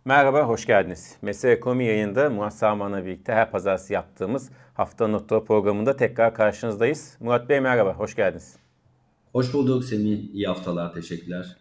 Merhaba, hoş geldiniz. Mesele Ekonomi yayında Murat Sağman'la birlikte her pazartesi yaptığımız Hafta Notları programında tekrar karşınızdayız. Murat Bey merhaba, hoş geldiniz. Hoş bulduk Semih. İyi haftalar. Teşekkürler.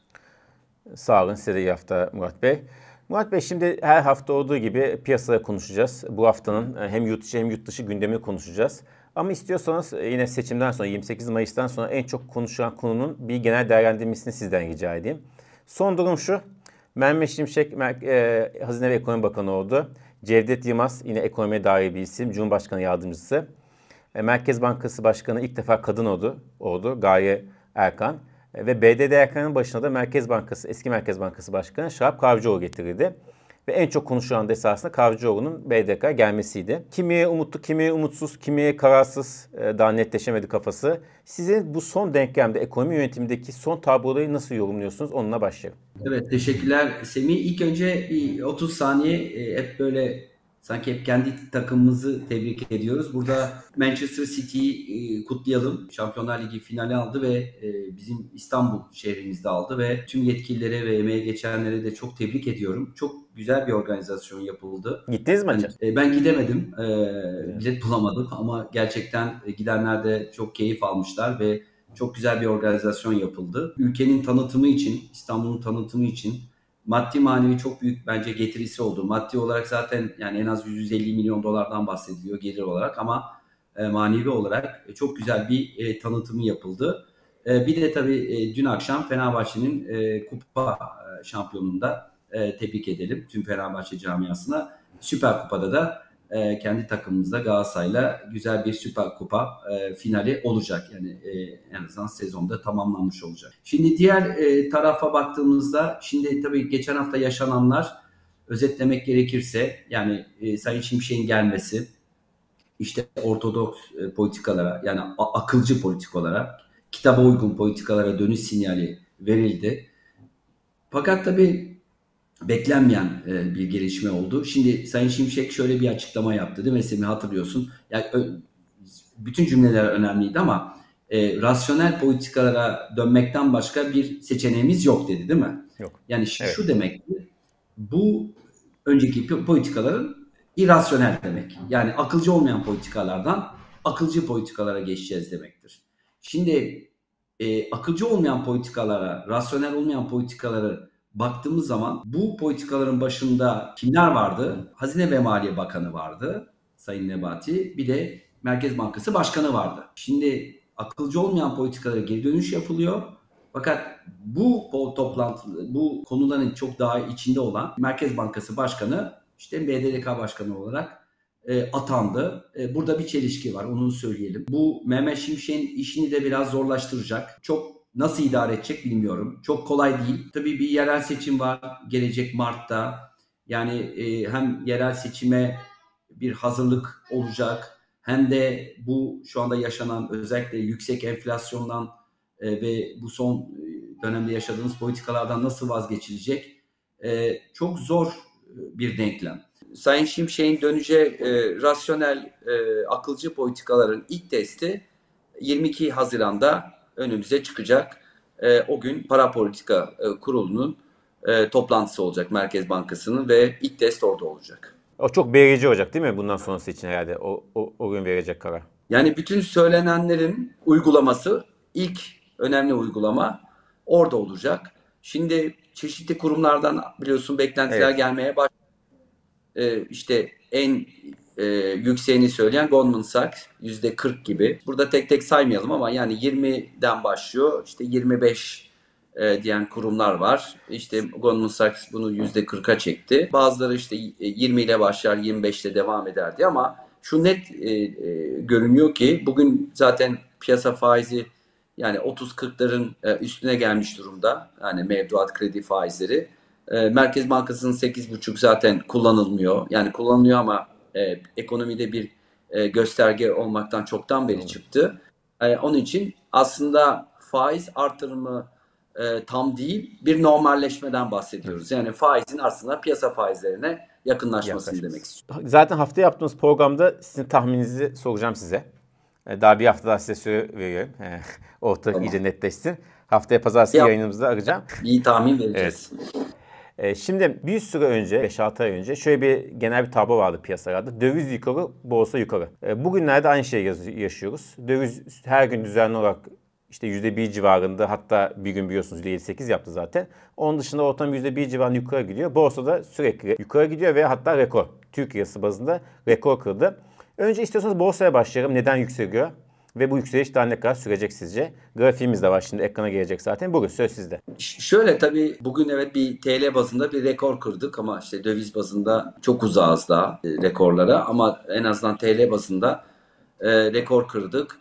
Sağ olun, size de iyi hafta Murat Bey. Murat Bey şimdi her hafta olduğu gibi piyasaya konuşacağız. Bu haftanın hem yurt içi hem yurt dışı gündemi konuşacağız. Ama istiyorsanız yine seçimden sonra 28 Mayıs'tan sonra en çok konuşulan konunun bir genel değerlendirmesini sizden rica edeyim. Son durum şu. Mehmet Şimşek Hazine ve Ekonomi Bakanı oldu. Cevdet Yılmaz yine ekonomiye dair bir isim. Cumhurbaşkanı Yardımcısı. Merkez Bankası Başkanı ilk defa kadın oldu. Gaye Erkan. Ve BDDK Erkan'ın başına da eski Merkez Bankası Başkanı Şahap Kavcıoğlu getirildi. Ve en çok konuşulan da esasında Kavcıoğlu'nun BDDK'ya gelmesiydi. Kimi umutlu, kimi umutsuz, kimi kararsız, daha netleşemedi kafası. Sizin bu son denklemde ekonomi yönetimindeki son tabloyu nasıl yorumluyorsunuz? Onunla başlayalım. Evet, teşekkürler Semih. İlk önce bir 30 saniye hep böyle sanki hep kendi takımımızı tebrik ediyoruz. Burada Manchester City'yi kutlayalım. Şampiyonlar Ligi finali aldı ve bizim İstanbul şehrimizde aldı ve tüm yetkililere ve emeğe geçenlere de çok tebrik ediyorum. Çok güzel bir organizasyon yapıldı. Gittiniz mi maça? Ben gidemedim. Bilet bulamadım ama gerçekten gidenler de çok keyif almışlar ve çok güzel bir organizasyon yapıldı. Ülkenin tanıtımı için, İstanbul'un tanıtımı için maddi manevi çok büyük bence getirisi oldu. Maddi olarak zaten yani en az 150 milyon dolardan bahsediliyor gelir olarak ama manevi olarak çok güzel bir tanıtımı yapıldı. Bir de tabii dün akşam Fenerbahçe'nin kupa şampiyonunda tebrik edelim tüm Fenerbahçe camiasına. Süper Kupa'da da kendi takımımızda Galatasaray'la güzel bir Süper Kupa finali olacak. Yani en azından sezonda tamamlanmış olacak. Şimdi diğer tarafa baktığımızda şimdi tabii geçen hafta yaşananlar özetlemek gerekirse yani Sayın Şimşek'in gelmesi işte ortodoks politikalara yani akılcı politikalara kitaba uygun politikalara dönüş sinyali verildi. Fakat tabii beklenmeyen bir gelişme oldu. Şimdi Sayın Şimşek şöyle bir açıklama yaptı değil mi? Semih hatırlıyorsun. Yani bütün cümleler önemliydi ama rasyonel politikalara dönmekten başka bir seçeneğimiz yok dedi değil mi? Yok. Yani Evet. şu demek ki bu önceki politikaların irrasyonel demek. Yani akılcı olmayan politikalardan akılcı politikalara geçeceğiz demektir. Şimdi akılcı olmayan politikalara, rasyonel olmayan politikaları baktığımız zaman bu politikaların başında kimler vardı? Hazine ve Maliye Bakanı vardı, Sayın Nebati. Bir de Merkez Bankası Başkanı vardı. Şimdi akılcı olmayan politikalara geri dönüş yapılıyor. Fakat bu toplantı, bu konuların çok daha içinde olan Merkez Bankası Başkanı işte BDDK Başkanı olarak atandı. Burada bir çelişki var, onu söyleyelim. Bu Mehmet Şimşek'in işini de biraz zorlaştıracak. Çok nasıl idare edecek bilmiyorum. Çok kolay değil. Tabii bir yerel seçim var gelecek Mart'ta. Yani hem yerel seçime bir hazırlık olacak hem de bu şu anda yaşanan özellikle yüksek enflasyondan ve bu son dönemde yaşadığımız politikalardan nasıl vazgeçilecek? Çok zor bir denklem. Sayın Şimşek'in döneceği rasyonel, akılcı politikaların ilk testi 22 Haziran'da önümüze çıkacak. O gün Para Politika Kurulu'nun toplantısı olacak Merkez Bankası'nın ve ilk test orada olacak. O çok belirleyici olacak değil mi bundan sonrası için herhalde o gün verecek karar? Yani bütün söylenenlerin uygulaması ilk önemli uygulama orada olacak. Şimdi çeşitli kurumlardan biliyorsun beklentiler gelmeye başladı. İşte en yükseğini söyleyen Goldman Sachs %40 gibi. Burada tek tek saymayalım ama yani 20'den başlıyor. İşte 25 diyen kurumlar var. İşte Goldman Sachs bunu %40'a çekti. Bazıları işte 20 ile başlar 25 ile devam ederdi ama şu net görünüyor ki bugün zaten piyasa faizi yani 30-40'ların üstüne gelmiş durumda. Yani mevduat kredi faizleri. Merkez Bankası'nın 8,5 zaten kullanılmıyor. Yani kullanılıyor ama ekonomide bir gösterge olmaktan çoktan beri çıktı. Onun için aslında faiz artırımı tam değil bir normalleşmeden bahsediyoruz. Yani faizin aslında piyasa faizlerine yakınlaşmasını demek istiyorum. Zaten hafta yaptığımız programda sizin tahmininizi soracağım size. Daha bir hafta daha size süre veriyorum. Ortalık iyice netleşsin. Haftaya pazartesi yayınımızda arayacağım. İyi tahmin vereceğiz. Evet. Şimdi bir süre önce, 5-6 ay önce şöyle bir genel bir tablo vardı piyasalarda. Döviz yukarı, borsa yukarı. Bugünlerde aynı şeyi yaşıyoruz. Döviz her gün düzenli olarak işte %1 civarında, hatta bir gün biliyorsunuz %7-8 yaptı zaten. Onun dışında ortam %1 civarında yukarı gidiyor. Borsa da sürekli yukarı gidiyor ve hatta rekor. Türk lirası bazında rekor kırdı. Önce istiyorsanız borsaya başlayalım. Neden yükseliyor? Ve bu yükseliş daha ne kadar sürecek sizce? Grafiğimiz de var, şimdi ekrana gelecek zaten. Bugün söz sizde. Şöyle, tabii bugün evet bir TL bazında bir rekor kırdık ama işte döviz bazında çok uzağız daha rekorlara, ama en azından TL bazında rekor kırdık.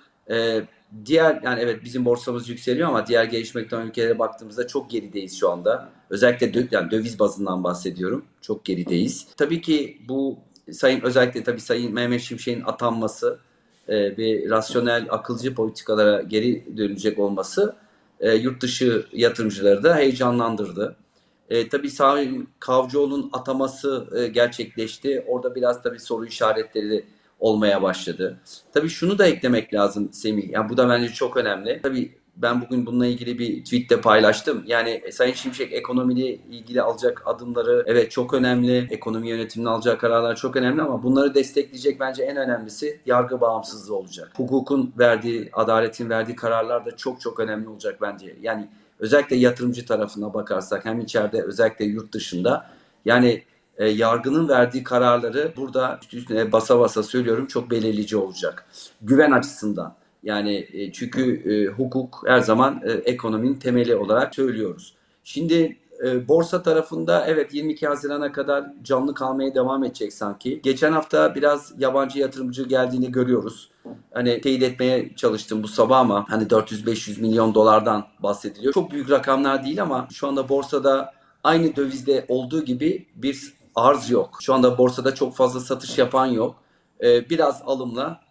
Diğer, yani evet bizim borsamız yükseliyor ama diğer gelişmekte olan ülkelere baktığımızda çok gerideyiz şu anda. Özellikle yani döviz bazından bahsediyorum. Çok gerideyiz. Tabii ki bu özellikle tabii Sayın Mehmet Şimşek'in atanması ve rasyonel, akılcı politikalara geri dönecek olması yurt dışı yatırımcıları da heyecanlandırdı. Tabii Sayın Kavcıoğlu'nun ataması gerçekleşti. Orada biraz tabii soru işaretleri olmaya başladı. Tabii şunu da eklemek lazım Semih. Yani bu da bence çok önemli. Tabii ben bugün bununla ilgili bir tweet de paylaştım. Yani Sayın Şimşek ekonomiyle ilgili alacak adımları evet çok önemli. Ekonomi yönetimini alacağı kararlar çok önemli ama bunları destekleyecek bence en önemlisi yargı bağımsızlığı olacak. Hukukun verdiği, adaletin verdiği kararlar da çok çok önemli olacak bence. Yani özellikle yatırımcı tarafına bakarsak hem içeride özellikle yurt dışında, yani yargının verdiği kararları burada üstüne basa basa söylüyorum çok belirleyici olacak. Güven açısından. Yani çünkü hukuk her zaman ekonominin temeli olarak söylüyoruz. Şimdi borsa tarafında evet 22 Haziran'a kadar canlı kalmaya devam edecek sanki. Geçen hafta biraz yabancı yatırımcı geldiğini görüyoruz. Hani teyit etmeye çalıştım bu sabah ama hani 400-500 milyon dolardan bahsediliyor. Çok büyük rakamlar değil ama şu anda borsada aynı dövizde olduğu gibi bir arz yok. Şu anda borsada çok fazla satış yapan yok. Biraz alımla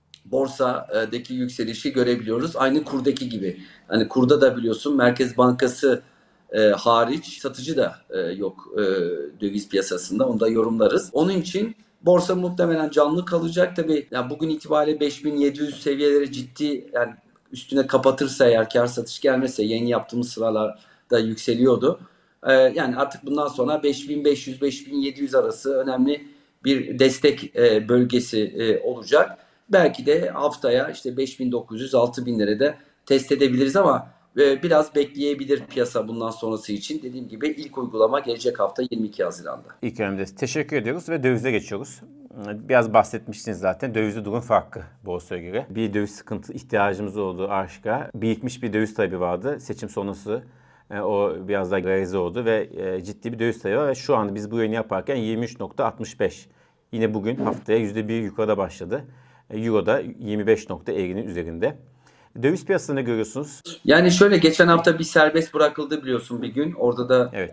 borsadaki yükselişi görebiliyoruz. Aynı kurdaki gibi. Hani kurda da biliyorsun Merkez Bankası hariç satıcı da yok döviz piyasasında. Onu da yorumlarız. Onun için borsa muhtemelen canlı kalacak. Tabii yani bugün itibariyle 5700 seviyeleri ciddi, yani üstüne kapatırsa eğer, kar satış gelmezse, yeni yaptığımız sıralarda yükseliyordu. Yani artık bundan sonra 5500-5700 arası önemli bir destek bölgesi olacak. Belki de haftaya işte 5900-6000 lirada test edebiliriz ama biraz bekleyebilir piyasa bundan sonrası için. Dediğim gibi ilk uygulama gelecek hafta 22 Haziran'da. İlk önce teşekkür ediyoruz ve dövize geçiyoruz. Biraz bahsetmiştiniz zaten. Dövizde durum farklı borsaya göre. Bir döviz sıkıntı ihtiyacımız olduğu aşikar. Birikmiş bir döviz talebi vardı. Seçim sonrası o biraz daha realize oldu ve ciddi bir döviz talebi var. Ve şu anda biz bu yayını yaparken 23.65. Yine bugün haftaya %1 yukarıda başladı. Euro da 25.50'nin üzerinde. Döviz piyasasını görüyorsunuz. Yani şöyle, geçen hafta bir serbest bırakıldı biliyorsun bir gün. Orada da evet,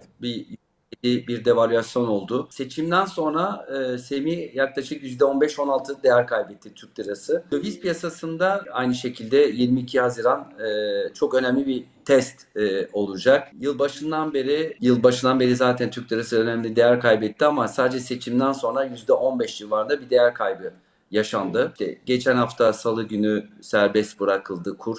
bir devalüasyon oldu. Seçimden sonra Semih yaklaşık %15-16 değer kaybetti Türk lirası. Döviz piyasasında aynı şekilde 22 Haziran çok önemli bir test olacak. Yılbaşından beri zaten Türk lirası önemli değer kaybetti ama sadece seçimden sonra %15 civarında bir değer kaybı yaşandı. İşte geçen hafta Salı günü serbest bırakıldı kur.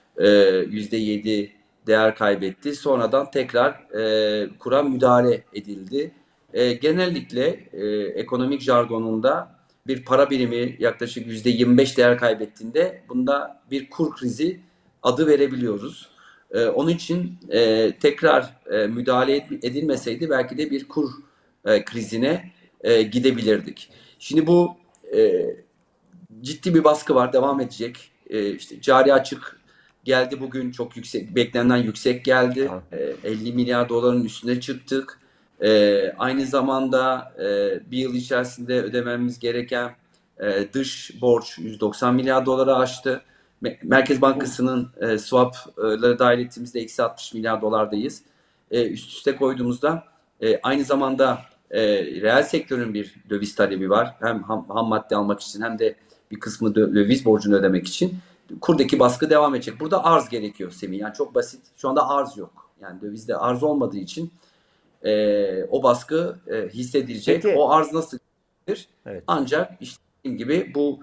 %7 değer kaybetti. Sonradan tekrar kura müdahale edildi. Genellikle ekonomik jargonunda bir para birimi yaklaşık %25 değer kaybettiğinde bunda bir kur krizi adı verebiliyoruz. Onun için tekrar müdahale edilmeseydi belki de bir kur krizine gidebilirdik. Şimdi bu ciddi bir baskı var, devam edecek. İşte cari açık geldi bugün, çok yüksek, beklenenden yüksek geldi. Tamam. 50 milyar doların üstüne çıktık. Aynı zamanda bir yıl içerisinde ödememiz gereken dış borç 190 milyar doları aştı. Merkez Bankası'nın swap'ları dahil ettiğimizde eksi 60 milyar dolardayız. Üst üste koyduğumuzda aynı zamanda reel sektörün bir döviz talebi var. Hem ham madde almak için hem de bir kısmı döviz borcunu ödemek için. Kurdaki baskı devam edecek. Burada arz gerekiyor Semih. Yani çok basit. Şu anda arz yok. Yani dövizde arz olmadığı için o baskı hissedilecek. Peki. O arz nasıl gelir? Evet. Ancak işte dediğim gibi bu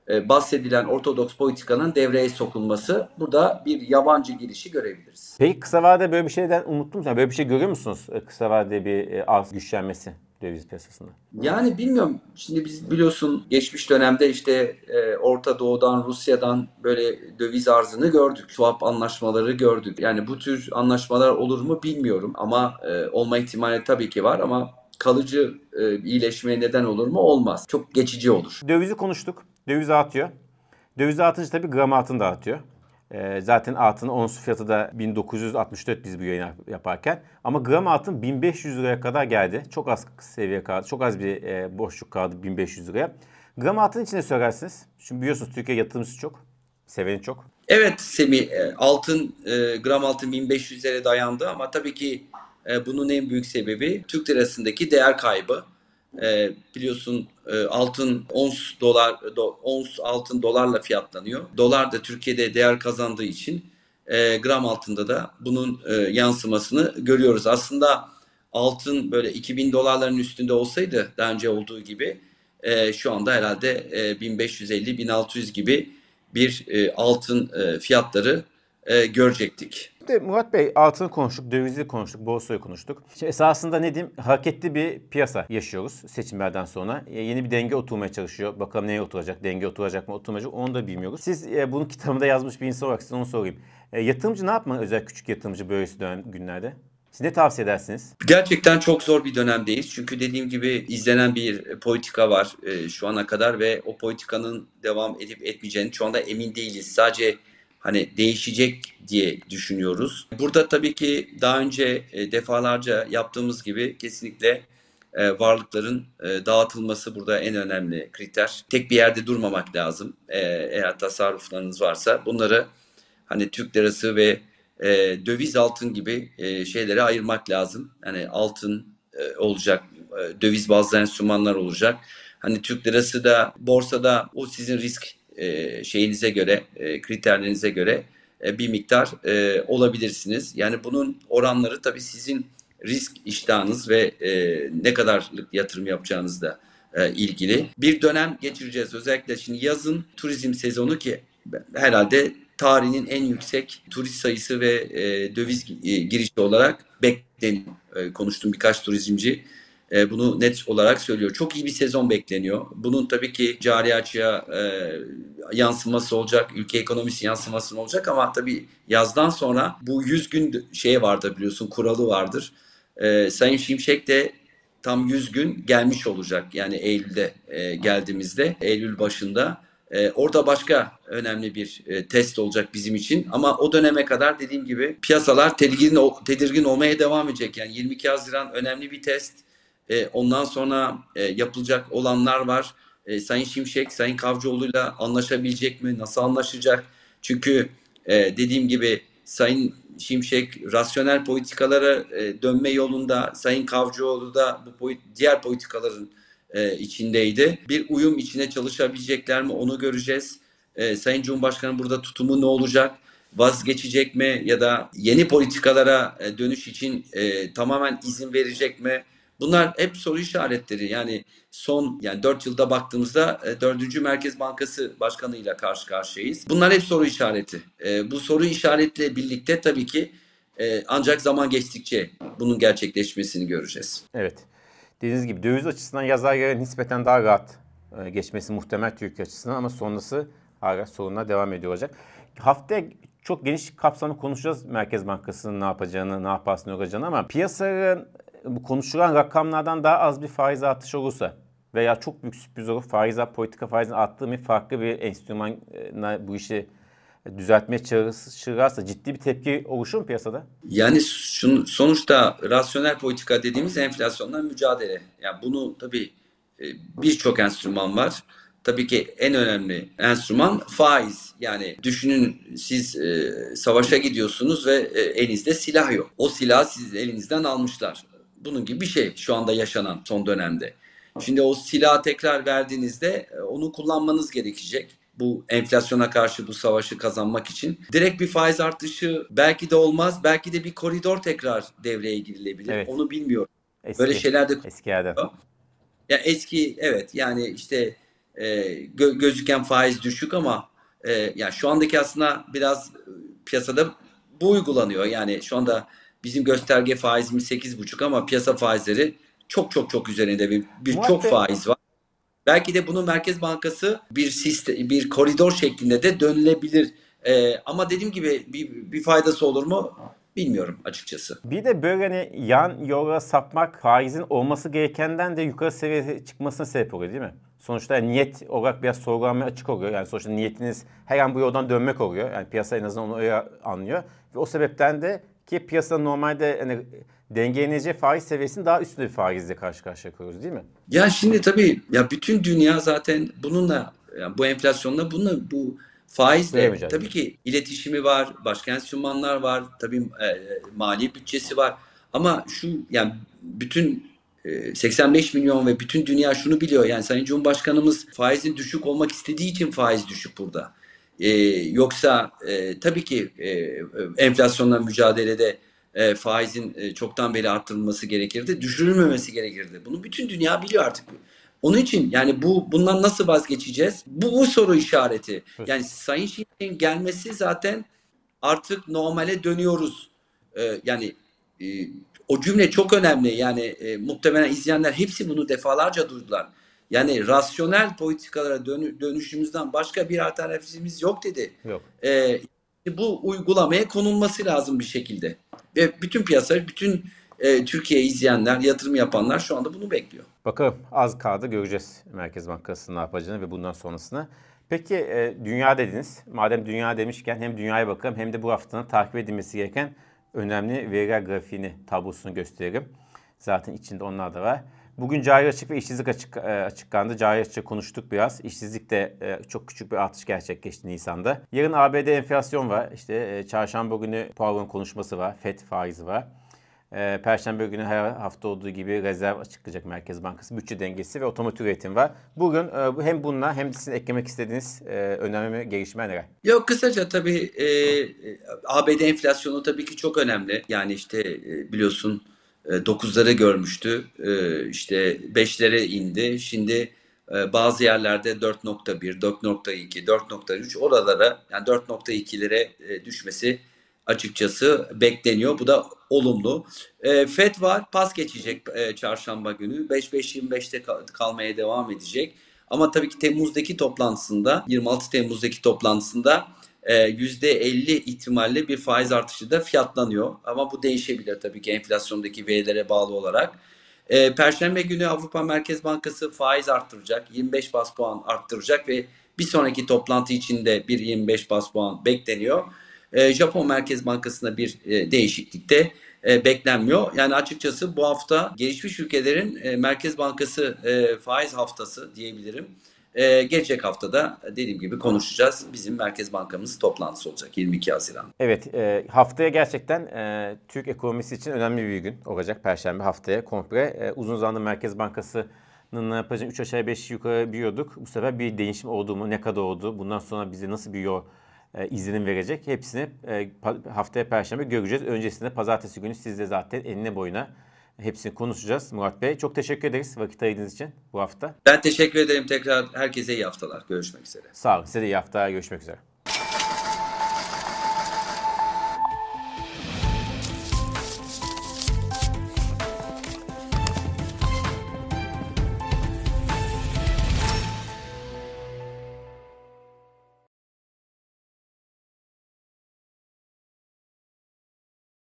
bahsedilen ortodoks politikanın devreye sokulması. Burada bir yabancı girişi görebiliriz. Peki kısa vadede böyle bir şeyden umutlu musunuz? Böyle bir şey görüyor musunuz? Kısa vadede bir arz güçlenmesi döviz piyasasında. Yani bilmiyorum. Şimdi biz biliyorsun geçmiş dönemde işte Orta Doğu'dan, Rusya'dan böyle döviz arzını gördük. Swap anlaşmaları gördük. Yani bu tür anlaşmalar olur mu bilmiyorum ama olma ihtimali tabii ki var ama kalıcı iyileşmeye neden olur mu? Olmaz. Çok geçici olur. Dövizi konuştuk. Döviz artıyor. Döviz artınca tabii gram altın da artıyor. Zaten altının ons fiyatı da 1964 biz bu yayını yaparken. Ama gram altın 1500 liraya kadar geldi. Çok az seviye kaldı. Çok az bir boşluk kaldı 1500 liraya. Gram altın için ne söylersiniz? Şimdi biliyorsunuz Türkiye yatırımcısı çok. Seveni çok. Evet Semih, gram altın 1500'lere dayandı ama tabii ki bunun en büyük sebebi Türk lirasındaki değer kaybı. Biliyorsun altın ons altın dolarla fiyatlanıyor. Dolar da Türkiye'de değer kazandığı için gram altında da bunun yansımasını görüyoruz. Aslında altın böyle 2000 dolarların üstünde olsaydı daha önce olduğu gibi şu anda herhalde 1550-1600 gibi bir altın fiyatları görecektik. Murat Bey altını konuştuk, dövizi konuştuk, borsayı konuştuk. Şimdi esasında ne diyeyim hareketli bir piyasa yaşıyoruz seçimlerden sonra. Yeni bir denge oturmaya çalışıyor. Bakalım neye oturacak, denge oturacak mı oturmayacak onu da bilmiyoruz. Siz bunu kitabında yazmış bir insan olarak size onu sorayım. Yatırımcı ne yapmalı özellikle küçük yatırımcı böylesi dönem günlerde? Siz ne tavsiye edersiniz? Gerçekten çok zor bir dönemdeyiz. Çünkü dediğim gibi izlenen bir politika var şu ana kadar ve o politikanın devam edip etmeyeceğini şu anda emin değiliz. Sadece hani değişecek diye düşünüyoruz. Burada tabii ki daha önce defalarca yaptığımız gibi kesinlikle varlıkların dağıtılması burada en önemli kriter. Tek bir yerde durmamak lazım. Eğer tasarruflarınız varsa bunları hani Türk lirası ve döviz altın gibi şeylere ayırmak lazım. Yani altın olacak, döviz bazlı enstrümanlar olacak. Hani Türk lirası da borsada o sizin risk şeyinize göre, kriterlerinize göre bir miktar olabilirsiniz. Yani bunun oranları tabii sizin risk iştahınız ve ne kadarlık yatırım yapacağınızla ilgili. Bir dönem geçireceğiz. Özellikle şimdi yazın turizm sezonu ki herhalde tarihinin en yüksek turist sayısı ve döviz girişi olarak bekleniyor. Konuştuğum birkaç turizmci bunu net olarak söylüyor. Çok iyi bir sezon bekleniyor. Bunun tabii ki cari açığa yansıması olacak, ülke ekonomisi yansıması olacak ama tabii yazdan sonra bu 100 gün şeye vardır biliyorsun, kuralı vardır. Sayın Şimşek de tam 100 gün gelmiş olacak. Yani Eylül'de geldiğimizde, Eylül başında. Orada başka önemli bir test olacak bizim için. Ama o döneme kadar dediğim gibi piyasalar tedirgin olmaya devam edecek. Yani 22 Haziran önemli bir test. Ondan sonra yapılacak olanlar var. Sayın Şimşek, Sayın Kavcıoğlu'yla anlaşabilecek mi? Nasıl anlaşacak? Çünkü dediğim gibi Sayın Şimşek rasyonel politikalara dönme yolunda, Sayın Kavcıoğlu da bu diğer politikaların içindeydi. Bir uyum içine çalışabilecekler mi onu göreceğiz. Sayın Cumhurbaşkanı burada tutumu ne olacak? Vazgeçecek mi ya da yeni politikalara dönüş için tamamen izin verecek mi? Bunlar hep soru işaretleri. Yani son 4 yılda baktığımızda 4. Merkez Bankası Başkanı ile karşı karşıyayız. Bunlar hep soru işareti. Bu soru işaretle birlikte tabii ki ancak zaman geçtikçe bunun gerçekleşmesini göreceğiz. Evet. Dediğiniz gibi döviz açısından yazar göre nispeten daha rahat geçmesi muhtemel Türkiye açısından ama sonrası hala sorunlar devam ediyor olacak. Haftaya çok geniş kapsamlı konuşacağız Merkez Bankası'nın ne yapacağını, ne yaparsın olacağını ama piyasanın bu konuşulan rakamlardan daha az bir faiz artışı olursa veya çok büyük sürpriz olur politika faizinin arttığı bir farklı bir enstrümanla bu işi düzeltmeye çalışırlarsa ciddi bir tepki oluşur mu piyasada? Yani sonuçta rasyonel politika dediğimiz enflasyonla mücadele. Yani bunu tabii birçok enstrüman var. Tabii ki en önemli enstrüman faiz. Yani düşünün siz savaşa gidiyorsunuz ve elinizde silah yok. O silahı siz elinizden almışlar. Bunun gibi bir şey şu anda yaşanan son dönemde. Şimdi o silahı tekrar verdiğinizde onu kullanmanız gerekecek. Bu enflasyona karşı bu savaşı kazanmak için. Direkt bir faiz artışı belki de olmaz. Belki de bir koridor tekrar devreye girilebilir. Evet. Onu bilmiyorum. Böyle şeyler de eski yerden. Ya eski evet yani işte gözüken faiz düşük ama yani şu andaki aslında biraz piyasada bu uygulanıyor. Yani şu anda bizim gösterge faizimiz 8,5 ama piyasa faizleri çok çok çok üzerinde Murat birçok Bey, faiz var. Belki de bunu Merkez Bankası bir sistem, bir koridor şeklinde de dönülebilir. Ama dediğim gibi bir faydası olur mu bilmiyorum açıkçası. bir de böyle hani yan yola sapmak faizin olması gerekenden de yukarı seviyeye çıkmasına sebep oluyor değil mi? Sonuçta niyet olarak biraz sorgulanmaya açık oluyor. Yani sonuçta niyetiniz her an bu yoldan dönmek oluyor. Yani piyasa en azından onu öyle anlıyor. Ve o sebepten de ki piyasada normalde hani dengeleneceği faiz seviyesinin daha üstünde bir faizle karşı karşıya kalıyoruz değil mi? Ya şimdi tabii ya bütün dünya zaten bununla yani bu enflasyonla bununla bu Böyle faizle tabii mücadele. ki iletişimi var, başka enstrümanlar var, tabii mali bütçesi var. Ama şu yani bütün 85 milyon ve bütün dünya şunu biliyor. Yani Sayın Cumhurbaşkanımız faizin düşük olmak istediği için faiz düşük burada. Yoksa tabii ki enflasyonla mücadelede faizin çoktan beri arttırılması gerekirdi. Düşürülmemesi gerekirdi. Bunu bütün dünya biliyor artık. Onun için yani bundan nasıl vazgeçeceğiz? Bu soru işareti. Yani Sayın Şirin'in gelmesi zaten artık normale dönüyoruz. Yani e, o cümle çok önemli. Yani muhtemelen izleyenler hepsi bunu defalarca duydular. Yani rasyonel politikalara dönüşümüzden başka bir alternatifimiz yok dedi. Yok. Bu uygulamaya konulması lazım bir şekilde. Ve bütün piyasa, bütün Türkiye izleyenler, yatırım yapanlar şu anda bunu bekliyor. Bakalım az kaldı göreceğiz Merkez Bankası'nın ne yapacağını ve bundan sonrasını. Peki dünya dediniz. Madem dünya demişken hem dünyaya bakalım hem de bu haftanın takip edilmesi gereken önemli veriler grafiğini, tablosunu gösterelim. Zaten içinde onlar da var. Bugün cari açık ve işsizlik açıklandı. Cari açık konuştuk biraz. İşsizlikte çok küçük bir artış gerçekleşti Nisan'da. Yarın ABD enflasyon var. İşte çarşamba günü Powell'ın konuşması var. FED faizi var. Perşembe günü her hafta olduğu gibi rezerv açıklayacak Merkez Bankası. Bütçe dengesi ve otomatik üretim var. Bugün hem bununla hem de sizin eklemek istediğiniz önemli gelişmeler neler? Yok kısaca tabii ABD enflasyonu tabii ki çok önemli. Yani işte biliyorsun 9'ları görmüştü. İşte 5'lere indi. Şimdi bazı yerlerde 4,1, 4,2, 4,3 oralara yani 4,2'lere düşmesi açıkçası bekleniyor. Bu da olumlu. FED var. Pas geçecek çarşamba günü. 5,5-25'te kalmaya devam edecek. Ama tabii ki Temmuz'daki toplantısında 26 Temmuz'daki toplantısında %50 ihtimalle bir faiz artışı da fiyatlanıyor. Ama bu değişebilir tabii ki enflasyondaki verilere bağlı olarak. Perşembe günü Avrupa Merkez Bankası faiz arttıracak. 25 bas puan arttıracak ve bir sonraki toplantı içinde bir 25 bas puan bekleniyor. Japon Merkez Bankası'nda bir değişiklik de beklenmiyor. Yani açıkçası bu hafta gelişmiş ülkelerin Merkez Bankası faiz haftası diyebilirim. Gelecek haftada dediğim gibi konuşacağız. Bizim Merkez Bankamız toplantısı olacak 22 Haziran. Evet, haftaya gerçekten Türk ekonomisi için önemli bir gün olacak. Perşembe haftaya komple. Uzun zamandır Merkez Bankası'nın ne yapacağını 3 aşağı 5 yukarı biliyorduk. Bu sefer bir değişim oldu mu, ne kadar oldu, bundan sonra bize nasıl bir yol izlenim verecek hepsini haftaya Perşembe göreceğiz. Öncesinde pazartesi günü sizle zaten enine boyuna hepsini konuşacağız Murat Bey. Çok teşekkür ederiz vakit ayırdığınız için bu hafta. Ben teşekkür ederim tekrar. Herkese iyi haftalar. Görüşmek üzere. Sağ olun. Size de iyi hafta. Görüşmek üzere.